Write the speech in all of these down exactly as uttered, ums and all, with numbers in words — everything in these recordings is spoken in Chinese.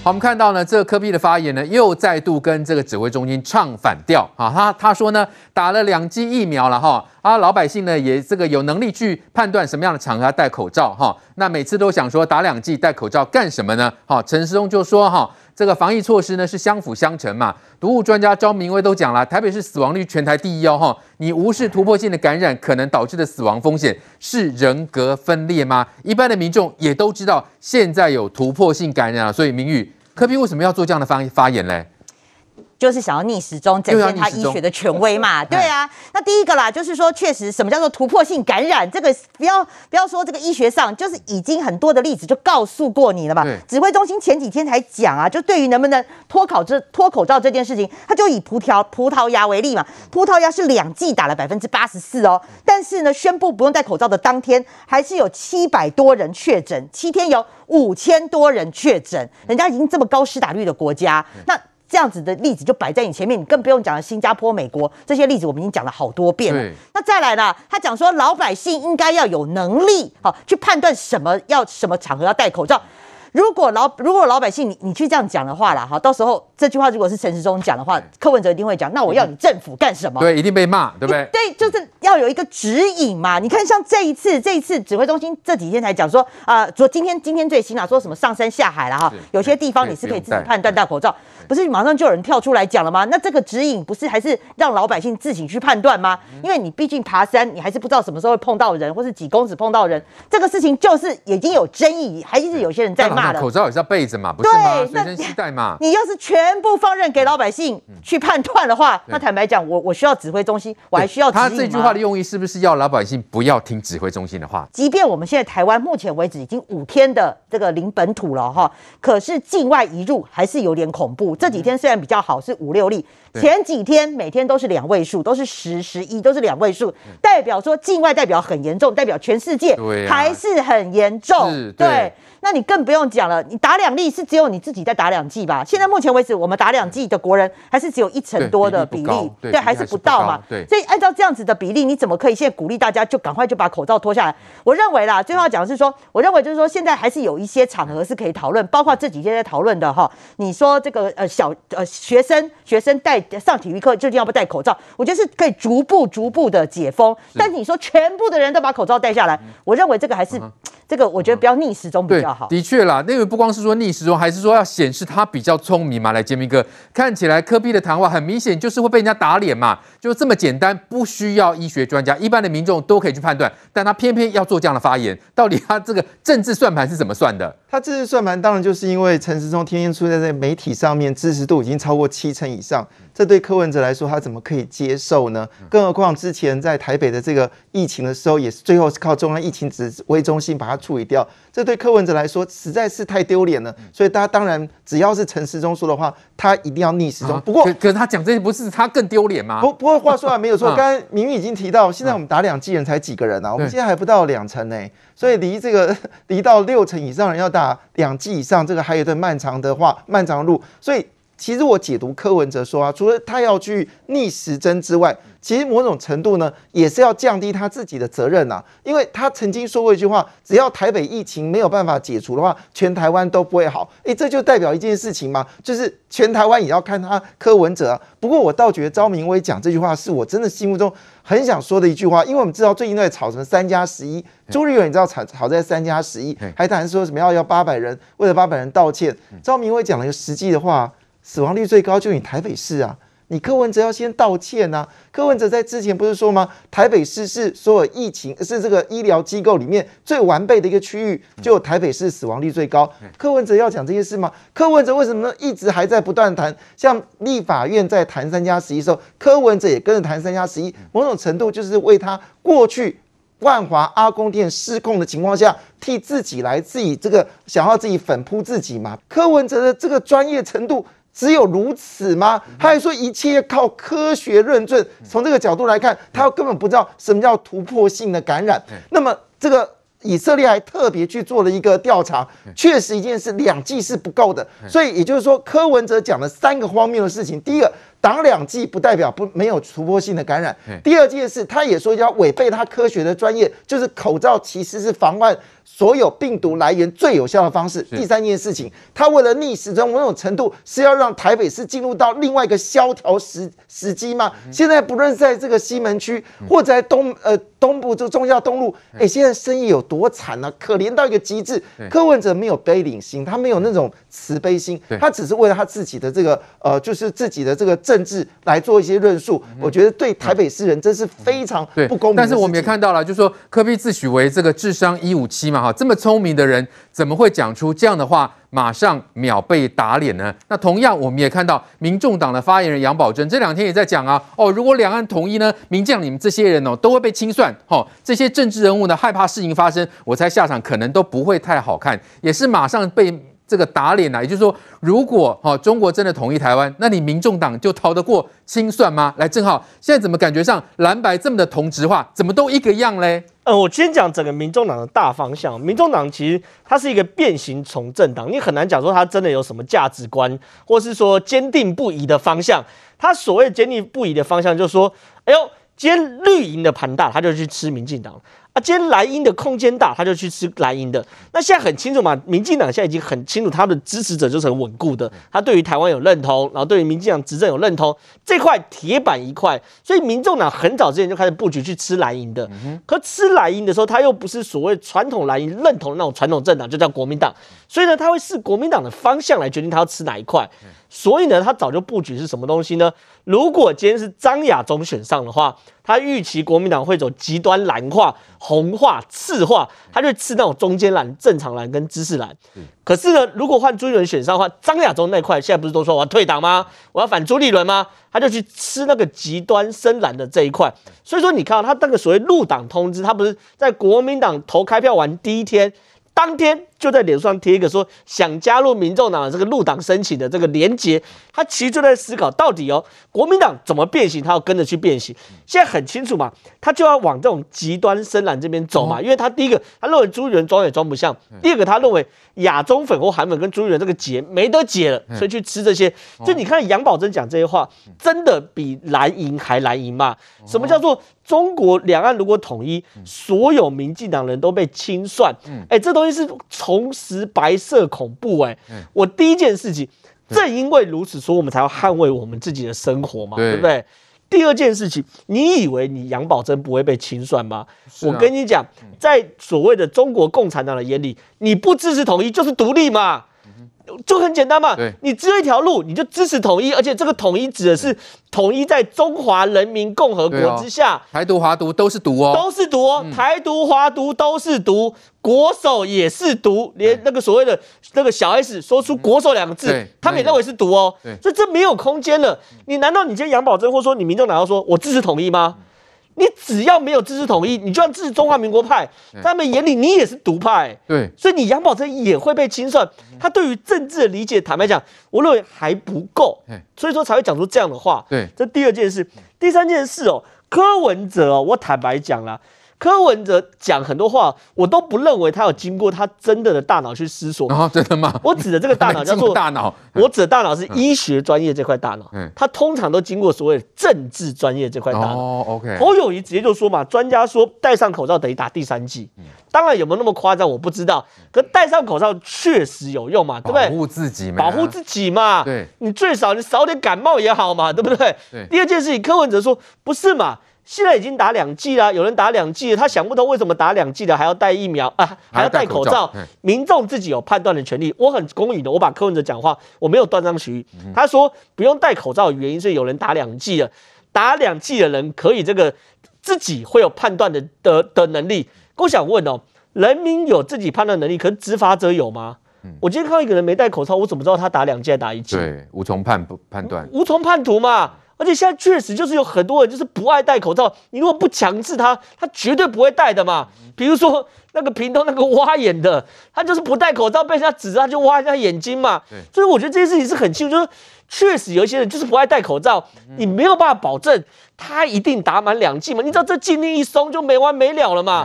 好，我们看到呢，这个柯 P 的发言呢，又再度跟这个指挥中心唱反调啊。他他说呢，打了两剂疫苗了哈，啊，老百姓呢也这个有能力去判断什么样的场合要戴口罩哈。那每次都想说打两剂戴口罩干什么呢？好，陈时中就说哈。这个防疫措施呢是相辅相成嘛，毒物专家张明威都讲了，台北市死亡率全台第一哦哈，你无视突破性的感染可能导致的死亡风险，是人格分裂吗？一般的民众也都知道现在有突破性感染了，所以明宇柯 P 为什么要做这样的发发言嘞？ 就是想要逆时钟展现他医学的权威嘛，对啊。那第一个啦，就是说确实什么叫做突破性感染，这个不要不要说这个医学上，就是已经很多的例子就告诉过你了嘛。指挥中心前几天才讲啊，就对于能不能脱口这脱口罩这件事情，他就以葡萄葡萄牙为例嘛，葡萄牙是两剂打了百分之八十四哦，但是呢，宣布不用戴口罩的当天，还是有七百多人确诊，七天有五千多人确诊，人家已经这么高施打率的国家，那。这样子的例子就摆在你前面，你更不用讲了。新加坡、美国这些例子，我们已经讲了好多遍了。那再来啦，他讲说老百姓应该要有能力，好去判断什么要什么场合要戴口罩。如果老如果老百姓你你去这样讲的话啦，哈，到时候这句话如果是陈时中讲的话，柯文哲一定会讲，那我要你政府干什么？ 对，一定被骂，对不对？ 对，就是要有一个指引嘛。你看，像这一次，这一次指挥中心这几天才讲说，啊、呃，昨今天今天最新啊，说什么上山下海了哈，有些地方你是可以自己判断戴口罩，不是马上就有人跳出来讲了吗？那这个指引不是还是让老百姓自己去判断吗？因为你毕竟爬山，你还是不知道什么时候会碰到人，或是几公尺碰到人，这个事情就是已经有争议，还是有些人在骂了。 口罩也是要备着嘛，不是吗？随身携带嘛。 你要是全部放任给老百姓去判断的话，那坦白讲，我我需要指挥中心，我还需要指引吗？ 他这句话的用意是不是要老百姓不要听指挥中心的话？ 即便我们现在台湾目前为止已经五天的这个零本土了哈，可是境外移入还是有点恐怖。这几天虽然比较好，是五六例，前几天每天都是两位数，都是十、十一，都是两位数，代表说境外代表很严重，代表全世界还是很严重。对。那你更不用讲了，你打两剂是只有你自己在打两剂吧？现在目前为止，我们打两剂的国人还是只有一成多的比例，对，对还是不到嘛。对，所以按照这样子的比例，你怎么可以现在鼓励大家就赶快就把口罩脱下来？我认为啦，最后要讲的是说，我认为就是说，现在还是有一些场合是可以讨论，包括这几天在讨论的哈。你说这个呃小呃学生学生戴上体育课究竟要不要戴口罩？我觉得是可以逐步逐步的解封，但是你说全部的人都把口罩戴下来，我认为这个还是。这个我觉得不要逆时钟比较好。 的确啦，那个不光是说逆时钟，还是说要显示他比较聪明嘛。来，杰明哥，看起来柯 P 的谈话很明显就是会被人家打脸嘛，就这么简单，不需要医学专家，一般的民众都可以去判断，但他偏偏要做这样的发言，到底他这个政治算盘是怎么算的？ 他政治算盘当然就是因为陈时中天天出现在媒体上面，支持度已经超过七成以上，这对柯文哲来说他怎么可以接受呢？更何况之前在台北的这个疫情的时候，也是最后是靠中央疫情指挥中心把它处理掉，这对柯文哲来说实在是太丢脸了。所以大家当然只要是陈时中说的话，他一定要逆时钟。不过， 可可是他讲这些不是他更丢脸吗？ 不不过话说还没有错，刚才明玉已经提到，现在我们打两剂人才几个人啊？我们现在还不到两成呢，所以离这个离到六成以上人要打两剂以上，这个还有一段漫长的话，漫长的路。所以其实我解读柯文哲说啊，除了他要去逆时针之外，其实某种程度呢，也是要降低他自己的责任啊。因为他曾经说过一句话，只要台北疫情没有办法解除的话，全台湾都不会好。哎，这就代表一件事情嘛，就是全台湾也要看他柯文哲啊。不过我倒觉得昭明威讲这句话是我真的心目中很想说的一句话，因为我们知道最近都在吵什么三加十一，朱立伦你知道吵吵在三加十一，还谈说什么要要八百人为了八百人道歉。昭明威讲了一个实际的话，死亡率最高就你台北市啊。你柯文哲要先道歉啊！柯文哲在之前不是说吗？台北市是所有疫情是这个医疗机构里面最完备的一个区域，就有台北市死亡率最高。柯文哲要讲这些事吗？柯文哲为什么呢？一直还在不断谈，像立法院在谈三加十一的时候，柯文哲也跟着谈三加十一，某种程度就是为他过去万华阿公店失控的情况下，替自己来自己这个想要自己粉扑自己嘛。柯文哲的这个专业程度。只有如此吗？他还说一切靠科学论证。从这个角度来看，他根本不知道什么叫突破性的感染。那么这个以色列还特别去做了一个调查，确实一件事，两剂是不够的。所以也就是说，柯文哲讲了三个荒谬的事情。第一个， 打两剂不代表不没有突破性的感染。第二件事，他也说要违背他科学的专业，就是口罩其实是防范所有病毒来源最有效的方式。第三件事情，他为了逆时针，某种程度是要让台北市进入到另外一个萧条时时机吗？嗯、现在不论在这个西门区，或者在东呃东部这忠孝东路，哎、欸，现在生意有多惨啊，可怜到一个极致。柯文哲没有悲悯心，他没有那种慈悲心，他只是为了他自己的这个呃，就是自己的这个政治来做一些论述。嗯、我觉得对台北市人真是非常不公平。 但是我们也看到了，就是说柯 P 自诩为这个智商一五七嘛，哈，这么聪明的人怎么会讲出这样的话？马上秒被打脸呢？那同样，我们也看到民众党的发言人杨宝珍这两天也在讲啊，哦，如果两岸统一呢，民进党你们这些人哦都会被清算，哦，这些政治人物呢害怕事情发生，我猜下场可能都不会太好看，也是马上被这个打脸了。也就是说，如果哦中国真的统一台湾，那你民众党就逃得过清算吗？来，正好现在怎么感觉上蓝白这么的同质化，怎么都一个样嘞？ 呃，我先讲整个民众党的大方向。民众党其实它是一个变形虫政党，你很难讲说它真的有什么价值观，或是说坚定不移的方向。它所谓坚定不移的方向，就是说，哎呦，今天绿营的盘大，他就去吃民进党。啊，今天蓝营的空间大，他就去吃蓝营的。那现在很清楚嘛，民进党现在已经很清楚，他的支持者就是很稳固的，他对于台湾有认同，然后对于民进党执政有认同，这块铁板一块。所以民众党很早之前就开始布局去吃蓝营的。嗯、可吃蓝营的时候，他又不是所谓传统蓝营认同的那种传统政党，就叫国民党。所以呢，他会视国民党的方向来决定他要吃哪一块。所以呢，他早就布局是什么东西呢？如果今天是张亚中选上的话，他预期国民党会走极端蓝化、红化、赤化，他就吃那种中间蓝、正常蓝跟知识蓝。可是呢，如果换朱立伦选上的话，张亚中那块现在不是都说我要退党吗？我要反朱立伦吗？他就去吃那个极端深蓝的这一块。所以说，你看到他那个所谓入党通知，他不是在国民党投开票完第一天。当天就在脸书上贴一个说想加入民众党的这个入党申请的这个连结，他其实就在思考到底哦，国民党怎么变形，他要跟着去变形。现在很清楚嘛，他就要往这种极端深蓝这边走嘛，因为他第一个他认为朱立伦装也装不像，第二个他认为亚中粉或韩粉跟朱立伦这个结没得解了，所以去吃这些。就你看杨宝珍讲这些话，真的比蓝营还蓝营嘛？什么叫做中国两岸如果统一，所有民进党人都被清算？哎，这东西是重拾白色恐怖。哎，我第一件事情，正因为如此，所以我们才要捍卫我们自己的生活嘛，对不对？第二件事情，你以为你杨宝珍不会被清算吗？啊、我跟你讲，在所谓的中国共产党的眼里，你不支持统一就是独立嘛。就很简单嘛，你只有一条路，你就支持统一，而且这个统一指的是统一在中华人民共和国之下， 哦、台独、华独都是独哦， 都是独哦，嗯、台独、华独都是独，国手也是独，连那个所谓的那个小 S 说出国手两个字，嗯、他们也认为是独哦，所以这没有空间了。你难道你今天杨宝珍或说你民众党要说我支持统一吗？你只要没有支持统一，你就算支持中华民国派，在他们眼里你也是独派。 对， 所以你杨宝珍也会被清算。他对于政治的理解，坦白讲，我认为还不够，所以说才会讲出这样的话。 对， 这第二件事，第三件事哦，柯文哲哦，我坦白讲啦。柯文哲讲很多话，我都不认为他有经过他真的的大脑去思索。 哦，真的吗？ 我指的这个大脑叫做大脑， 我指的大脑是医学专业这块大脑，嗯，他通常都经过所谓的政治专业这块大脑。 哦 ，OK。 侯友宜直接就说嘛，专家说戴上口罩等于打第三剂，嗯、当然有没有那么夸张我不知道，可戴上口罩确实有用嘛，对不对？ 保护自己嘛， 保护自己嘛， 对， 你最少你少点感冒也好嘛，对不对？ 对。 第二件事情，柯文哲说不是嘛。现在已经打两剂了，有人打两剂了，他想不通为什么打两剂了还要戴疫苗啊，还要戴口罩。民众自己有判断的权利，我很公允的，我把柯文哲讲话我没有断章取义。嗯、他说不用戴口罩的原因是有人打两剂了，打两剂的人可以这个自己会有判断的的的能力。我想问哦，人民有自己判断能力，可是执法者有吗？嗯、我今天看到一个人没戴口罩，我怎么知道他打两剂还打一剂？ 对，无从判判断， 无从判读嘛。而且现在确实就是有很多人就是不爱戴口罩，你如果不强制他，他绝对不会戴的嘛。比如说那个屏东那个挖眼的，他就是不戴口罩，被人家指着他就挖人家眼睛嘛。所以我觉得这件事情是很清楚，就是确实有一些人就是不爱戴口罩，你没有办法保证他一定打满两剂嘛。你知道这禁令一松就没完没了了嘛。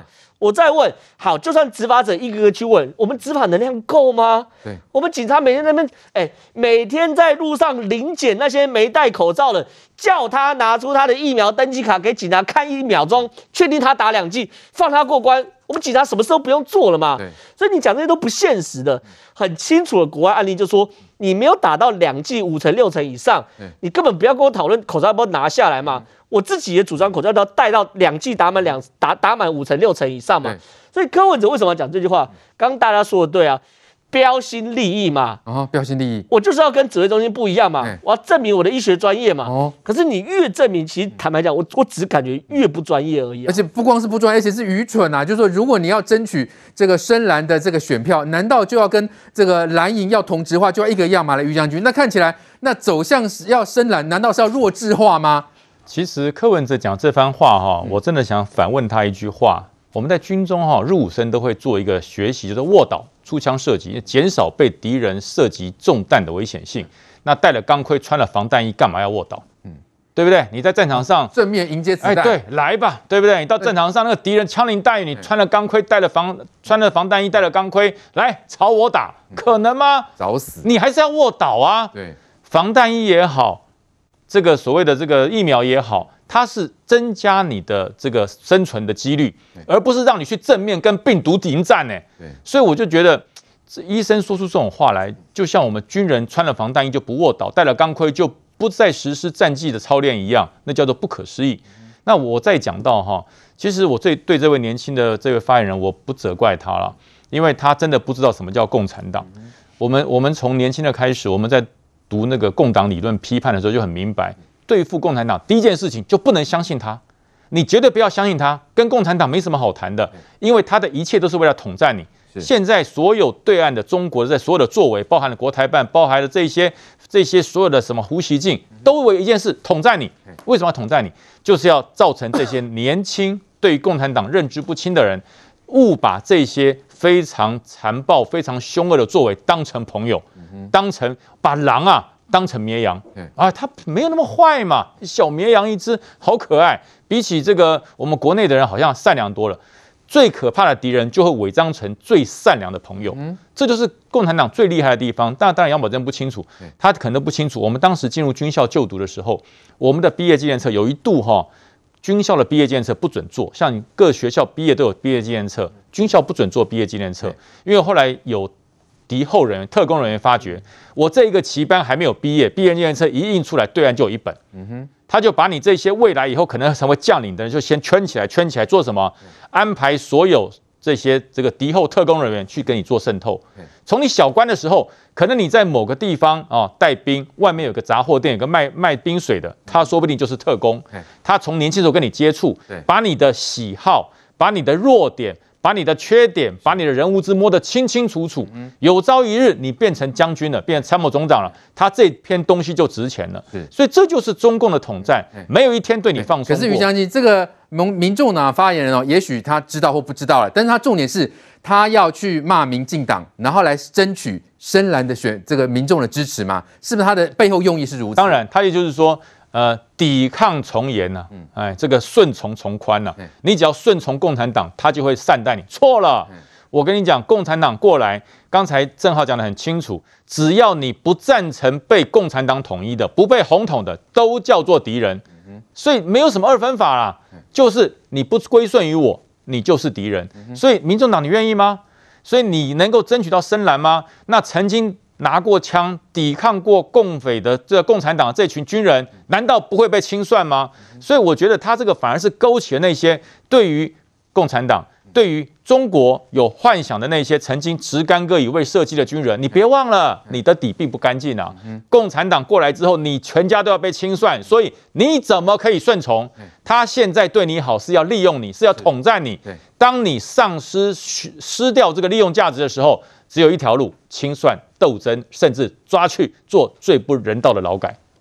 我再问，好，就算执法者一个个去问，我们执法能量够吗？ 对， 我们警察每天在那边，哎、欸，每天在路上临检那些没戴口罩的，叫他拿出他的疫苗登记卡给警察看一秒钟，确定他打两剂，放他过关。我们警察什么时候不用做了嘛？ 对， 所以你讲这些都不现实的。很清楚的国外案例就说，你没有打到两剂五成六成以上，你根本不要跟我讨论口罩要不要拿下来嘛。我自己也主张口罩要戴到两剂打满两打打满五成六成以上嘛。所以柯文哲为什么要讲这句话？刚刚大家说的对啊，标新立异嘛。 哦，标新立异， 我就是要跟指挥中心不一样嘛，我要证明我的医学专业嘛。哦，可是你越证明，其实坦白讲，我我只感觉越不专业而已、啊。 而且不光是不专业，而且是愚蠢啊！就是说，如果你要争取这个深蓝的这个选票，难道就要跟这个蓝营要同质化，就要一个样吗？来，于将军，那看起来那走向是要深蓝，难道是要弱智化吗？ 其实柯文哲讲这番话哈，我真的想反问他一句话：我们在军中哈入伍生都会做一个学习，就是卧倒出枪射击，减少被敌人射击中弹的危险性。那戴了钢盔，穿了防弹衣，干嘛要卧倒？嗯，对不对？你在战场上正面迎接子弹， 哎，对，来吧，对不对？你到战场上，那个敌人枪林弹雨，你穿了钢盔，戴了防穿了防弹衣，戴了钢盔，来朝我打，可能吗？ 找死！ 你还是要卧倒啊。 对， 防弹衣也好。这个所谓的这个疫苗也好，它是增加你的这个生存的几率，而不是让你去正面跟病毒迎战呢。所以我就觉得，医生说出这种话来，就像我们军人穿了防弹衣就不卧倒，戴了钢盔就不再实施战技的操练一样，那叫做不可思议。那我再讲到哈，其实我最对这位年轻的这位发言人，我不责怪他了，因为他真的不知道什么叫共产党。我们我们从年轻的开始，我们在读那个共党理论批判的时候就很明白，对付共产党第一件事情就不能相信他，你绝对不要相信他，跟共产党没什么好谈的，因为他的一切都是为了统战你。现在所有对岸的中国在所有的作为，包含了国台办，包含了这些这些所有的什么胡锡进，都为一件事统战你。为什么要统战你？就是要造成这些年轻对共产党认知不清的人，误把这些非常残暴、非常凶恶的作为当成朋友。当成把狼啊当成绵羊啊，它没有那么坏嘛，小绵羊一只，好可爱。比起这个我们国内的人，好像善良多了。最可怕的敌人就会伪装成最善良的朋友，嗯、这就是共产党最厉害的地方。但当然杨宝珍不清楚，他可能都不清楚。我们当时进入军校就读的时候，我们的毕业纪念册有一度哈，军校的毕业纪念册不准做，像各学校毕业都有毕业纪念册，军校不准做毕业纪念册，因为后来有敌后人员、特工人员发觉，我这一个旗班还没有毕业，毕业纪念册一印出来，对岸就有一本。嗯哼，他就把你这些未来以后可能成为将领的人，就先圈起来，圈起来做什么？安排所有这些这个敌后特工人员去跟你做渗透。从你小官的时候，可能你在某个地方啊带兵，外面有个杂货店，有个卖卖冰水的，他说不定就是特工。他从年轻时候跟你接触，把你的喜好，把你的弱点。把你的缺点，把你的人物志摸得清清楚楚。有朝一日你变成将军了，变成参谋总长了，他这篇东西就值钱了。所以这就是中共的统战，没有一天对你放松过。 可是于将军，这个民民众党发言人哦，也许他知道或不知道了，但是他重点是他要去骂民进党，然后来争取深蓝的选这个民众的支持嘛？是不是他的背后用意是如此？ 当然，他也就是说。呃，抵抗从严呐、啊，哎，这个顺从从宽呐、啊，你只要顺从共产党，他就会善待你。错了，我跟你讲，共产党过来，刚才正皓讲得很清楚，只要你不赞成被共产党统一的，不被红统的，都叫做敌人。所以没有什么二分法啦，就是你不归顺于我，你就是敌人。所以民众党你愿意吗？所以你能够争取到深蓝吗？那曾经。拿过枪抵抗过共匪的这个共产党的这群军人，难道不会被清算吗？所以我觉得他这个反而是勾起了那些对于共产党、对于中国有幻想的那些曾经执干戈以为社稷的军人。你别忘了，你的底并不干净啊！共产党过来之后，你全家都要被清算，所以你怎么可以顺从？他现在对你好是要利用你，是要统战你。当你丧失失掉这个利用价值的时候，只有一条路：清算、斗争，甚至抓去做最不人道的劳改。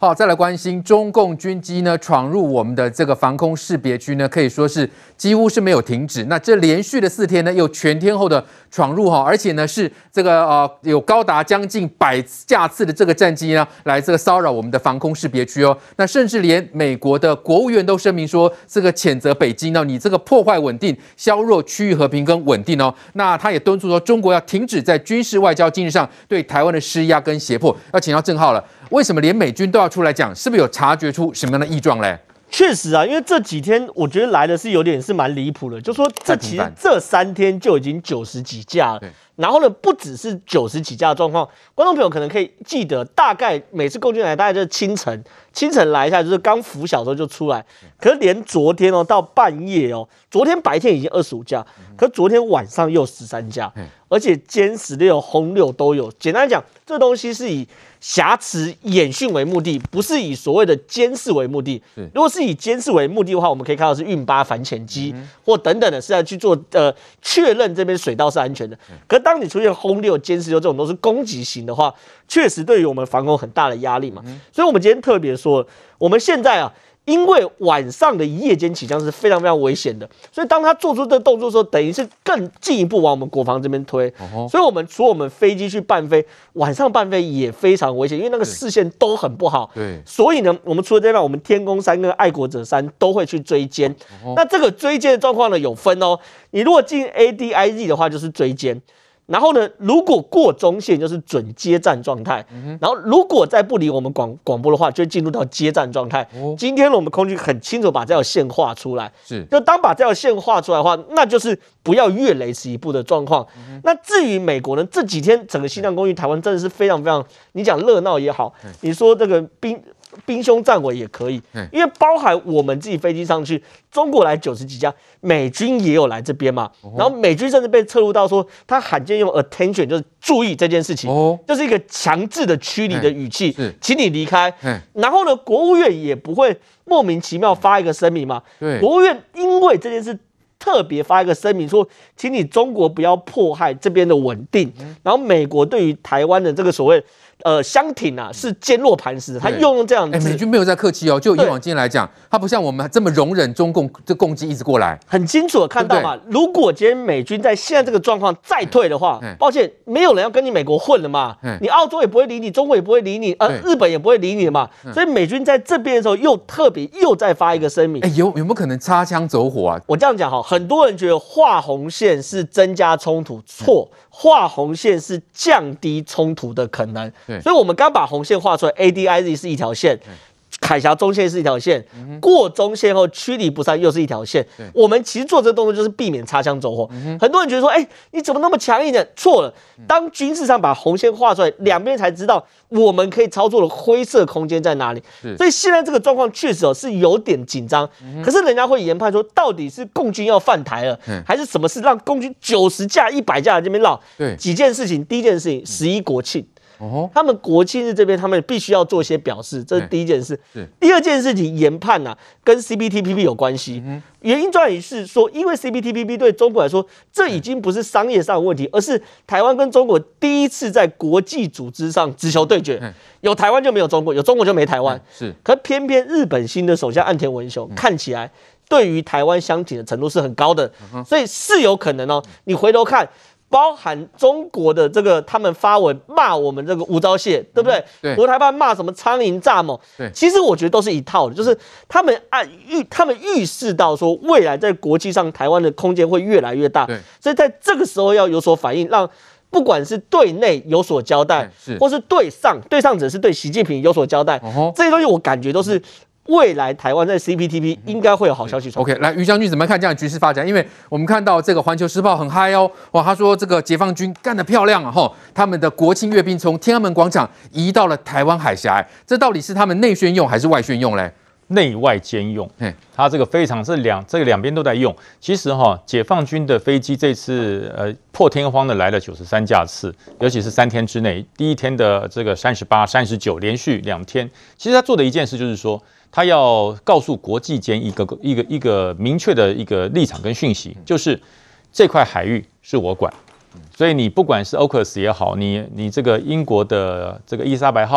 好，再来关心中共军机呢闯入我们的这个防空识别区呢，可以说是几乎是没有停止。那这连续的四天呢，又全天候的闯入哈，而且呢是这个呃有高达将近百架次的这个战机呢来这个骚扰我们的防空识别区哦。那甚至连美国的国务院都声明说，这个谴责北京呢，你这个破坏稳定、削弱区域和平跟稳定哦。那他也敦促说，中国要停止在军事外交经济上对台湾的施压跟胁迫。要请教正皓了。为什么连美军都要出来讲？是不是有察觉出什么样的异状嘞？ 确实啊，因为这几天我觉得来的是有点是蛮离谱的，就说这其实这三天就已经九十几架了。然后呢，不只是九十几架的状况，观众朋友可能可以记得，大概每次共军来大概就是清晨，清晨来一下就是刚拂晓的时候就出来。可是连昨天哦，到半夜哦，昨天白天已经二十五架，可是昨天晚上又十三架，而且歼十六、轰六都有。简单讲，这东西是以挟持演训为目的，不是以所谓的监视为目的。如果是以监视为目的的话，我们可以看到是运八反潜机、嗯、或等等的，是要去做呃确认这边水道是安全的。可是当你出现轰六、歼十六这种都是攻击型的话，确实对于我们防空很大的压力嘛。嗯、所以我们今天特别说，我们现在啊。因为晚上的夜间起降是非常非常危险的，所以当他做出这个动作的时候，等于是更进一步往我们国防这边推。Uh-huh. 所以，我们除了我们飞机去伴飞，晚上伴飞也非常危险，因为那个视线都很不好。对，所以呢，我们除了这边，我们天宫三跟爱国者三都会去追歼。Uh-huh. 那这个追歼的状况呢，有分哦。你如果进 A D I Z 的话，就是追歼。然后呢，如果过中线就是准接战状态，嗯、然后如果再不理我们广广播的话，就会进入到接战状态。哦、今天呢，我们空军很清楚把这条线画出来，是就当把这条线画出来的话，那就是不要越雷池一步的状况。嗯、那至于美国呢，这几天整个西南空域台湾真的是非常非常，你讲热闹也好，嗯、你说这个兵。兵凶战危也可以，因为包含我们自己飞机上去，中国来九十几架，美军也有来这边嘛。哦、然后美军甚至被测入到说，他罕见用 attention 就是注意这件事情，哦、就是一个强制的驱离的语气，请你离开。然后呢，国务院也不会莫名其妙发一个声明嘛。国务院因为这件事。特别发一个声明说，请你中国不要迫害这边的稳定。嗯、然后美国对于台湾的这个所谓呃相挺啊，是坚若磐石，他用用这样子。 美军没有在客气哦，就以往经验来讲，他不像我们这么容忍中共这攻击一直过来。 很清楚的看到嘛，对对如果今天美军在现在这个状况再退的话，抱歉，没有人要跟你美国混了嘛，你澳洲也不会理你，中国也不会理你，呃，日本也不会理你嘛。所以美军在这边的时候又特别又再发一个声明， 哎，有有没有可能擦枪走火啊？ 我这样讲哈。很多人觉得画红线是增加冲突，错，画红线是降低冲突的可能。所以我们刚把红线画出来 ，A D I Z 是一条线，海峡中线是一条线，嗯、过中线后驱离不散又是一条线。我们其实做这个动作就是避免擦枪走火。嗯、很多人觉得说，哎、欸，你怎么那么强硬呢？错了，当军事上把红线画出来，两边才知道我们可以操作的灰色空间在哪里。所以现在这个状况确实哦是有点紧张。嗯、可是人家会研判说，到底是共军要犯台了，嗯、还是什么事让共军九十架、一百架在这边绕？对，几件事情。第一件事情，十一国庆。哦、他们国庆日这边，他们必须要做一些表示，这是第一件事。第二件事情，研判啊，跟 C P T P P 有关系。嗯、原因在于是说，因为 C P T P P 对中国来说，这已经不是商业上的问题，而是台湾跟中国第一次在国际组织上直球对决。嗯、有台湾就没有中国，有中国就没台湾。嗯、是，可偏偏日本新的首相岸田文雄、嗯、看起来对于台湾相挺的程度是很高的，嗯、所以是有可能哦。你回头看。包含中国的这个，他们发文骂我们这个吴钊燮，对不对？对。国台办骂什么苍蝇蚱蜢？对。其实我觉得都是一套的，就是他们按预，他们预示到说，未来在国际上台湾的空间会越来越大，对。所以在这个时候要有所反应，让不管是对内有所交代，是，或是对上，对上者是对习近平有所交代，哦、这些东西我感觉都是。未来台湾在 C P T P 应该会有好消息传。 OK， 来于将军怎么看这样的局势发展？因为我们看到这个《环球时报》很嗨哦，哇，他说这个解放军干得漂亮啊！吼，他们的国庆阅兵从天安门广场移到了台湾海峡，这到底是他们内宣用还是外宣用嘞？ 内外兼用，它这个非常是两这个两边都在用。其实哈，解放军的飞机这次呃破天荒的来了九十三架次，尤其是三天之内，第一天的这个三十八、三十九，连续两天，其实他做的一件事就是说，他要告诉国际间一个一个一个明确的一个立场跟讯息，就是这块海域是我管。所以你不管是 AUKUS 也好，你你这个英国的这个伊莎白号，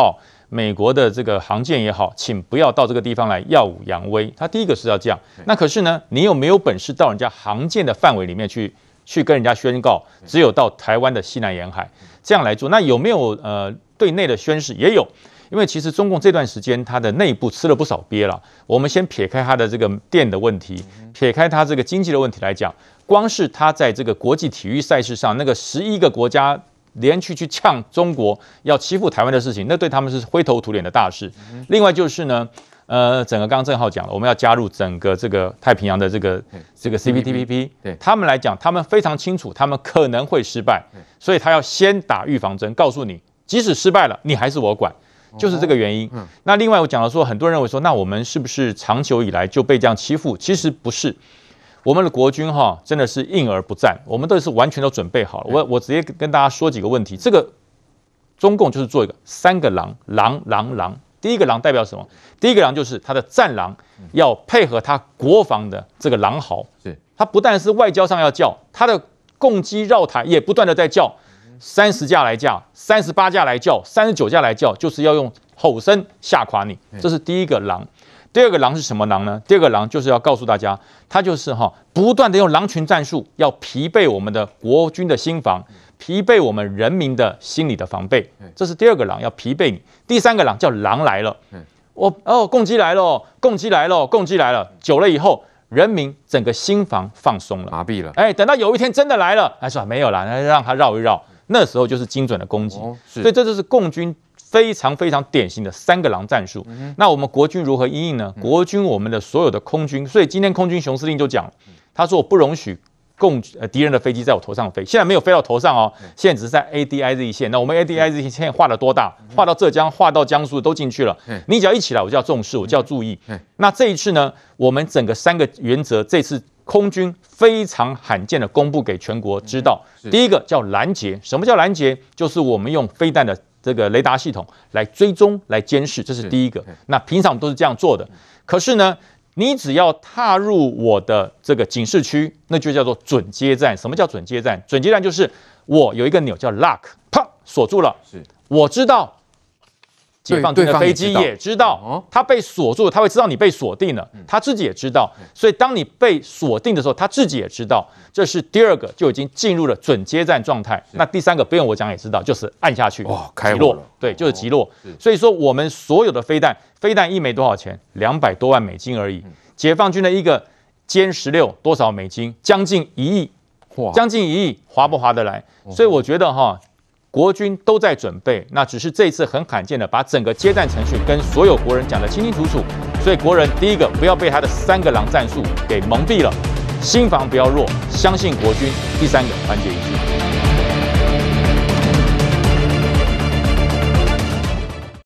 美国的这个航舰也好，请不要到这个地方来耀武扬威。他第一个是要这样，那可是呢，你有没有本事到人家航舰的范围里面去，去跟人家宣告，只有到台湾的西南沿海这样来做？那有没有呃对内的宣示？也有。因为其实中共这段时间它的内部吃了不少鳖了。我们先撇开它的这个电的问题，撇开它这个经济的问题来讲，光是它在这个国际体育赛事上，那个十一个国家连续去呛中国要欺负台湾的事情，那对他们是灰头土脸的大事。另外就是呢，呃，整个刚刚正浩讲了，我们要加入整个这个太平洋的这个这个 C P T P P， 对他们来讲，他们非常清楚，他们可能会失败，所以他要先打预防针，告诉你，即使失败了，你还是我管。就是这个原因。嗯、那另外我讲了说，很多人认为说，那我们是不是长久以来就被这样欺负？其实不是，我们的国军哈真的是应而不战，我们都是完全都准备好了。我我直接跟大家说几个问题，这个中共就是做一个三个狼，狼狼狼。第一个狼代表什么？第一个狼就是他的战狼要配合他国防的这个狼嚎，是他不但是外交上要叫，他的共机绕台也不断的在叫。三十架来叫，三十八架来叫，三十九架来叫，就是要用吼声吓垮你。这是第一个狼。第二个狼是什么狼呢？第二个狼就是要告诉大家，他就是哈不断的用狼群战术，要疲惫我们的国军的心防，疲惫我们人民的心理的防备。这是第二个狼，要疲惫你。第三个狼叫狼来了，我哦共机来了，共机来了，共机来了。久了以后，人民整个心防放松了， 麻痹了。 哎，等到有一天真的来了，他说没有啦，那让他绕一绕。那时候就是精准的攻击，哦、所以这就是共军非常非常典型的三个狼战术。嗯、那我们国军如何因应呢？嗯、国军我们的所有的空军，所以今天空军熊司令就讲，他说我不容许共呃敌人的飞机在我头上飞，现在没有飞到头上哦，现在只是在 A D I Z 线。那我们 A D I Z 线画了多大？画到浙江，画到江苏都进去了。你只要一起来，我就要重视，我就要注意。那这一次呢，我们整个三个原则，这次。空军非常罕见的公布给全国知道，第一个叫拦截。什么叫拦截？就是我们用飞弹的这个雷达系统来追踪、来监视，这是第一个。那平常我们都是这样做的。可是呢，你只要踏入我的这个警示区，那就叫做准接战。什么叫准接战？准接战就是我有一个钮叫 lock， 啪锁住了。是，我知道。解放军的飞机也知道，他被锁住，他会知道你被锁定了，他自己也知道，所以当你被锁定的时候，他自己也知道，这是第二个就已经进入了准接战状态。那第三个不用我讲也知道，就是按下去， 哇，开落了， 对，就是击落。所以说我们所有的飞弹，飞弹一枚多少钱？两百多万美金而已。解放军的一个歼十六多少美金？将近一亿，将近一亿，划不划得来？所以我觉得哈。国军都在准备，那只是这次很罕见的把整个接战程序跟所有国人讲得清清楚楚。所以国人第一个不要被他的三个狼战术给蒙蔽了，心防不要弱，相信国军。第三个团结一致。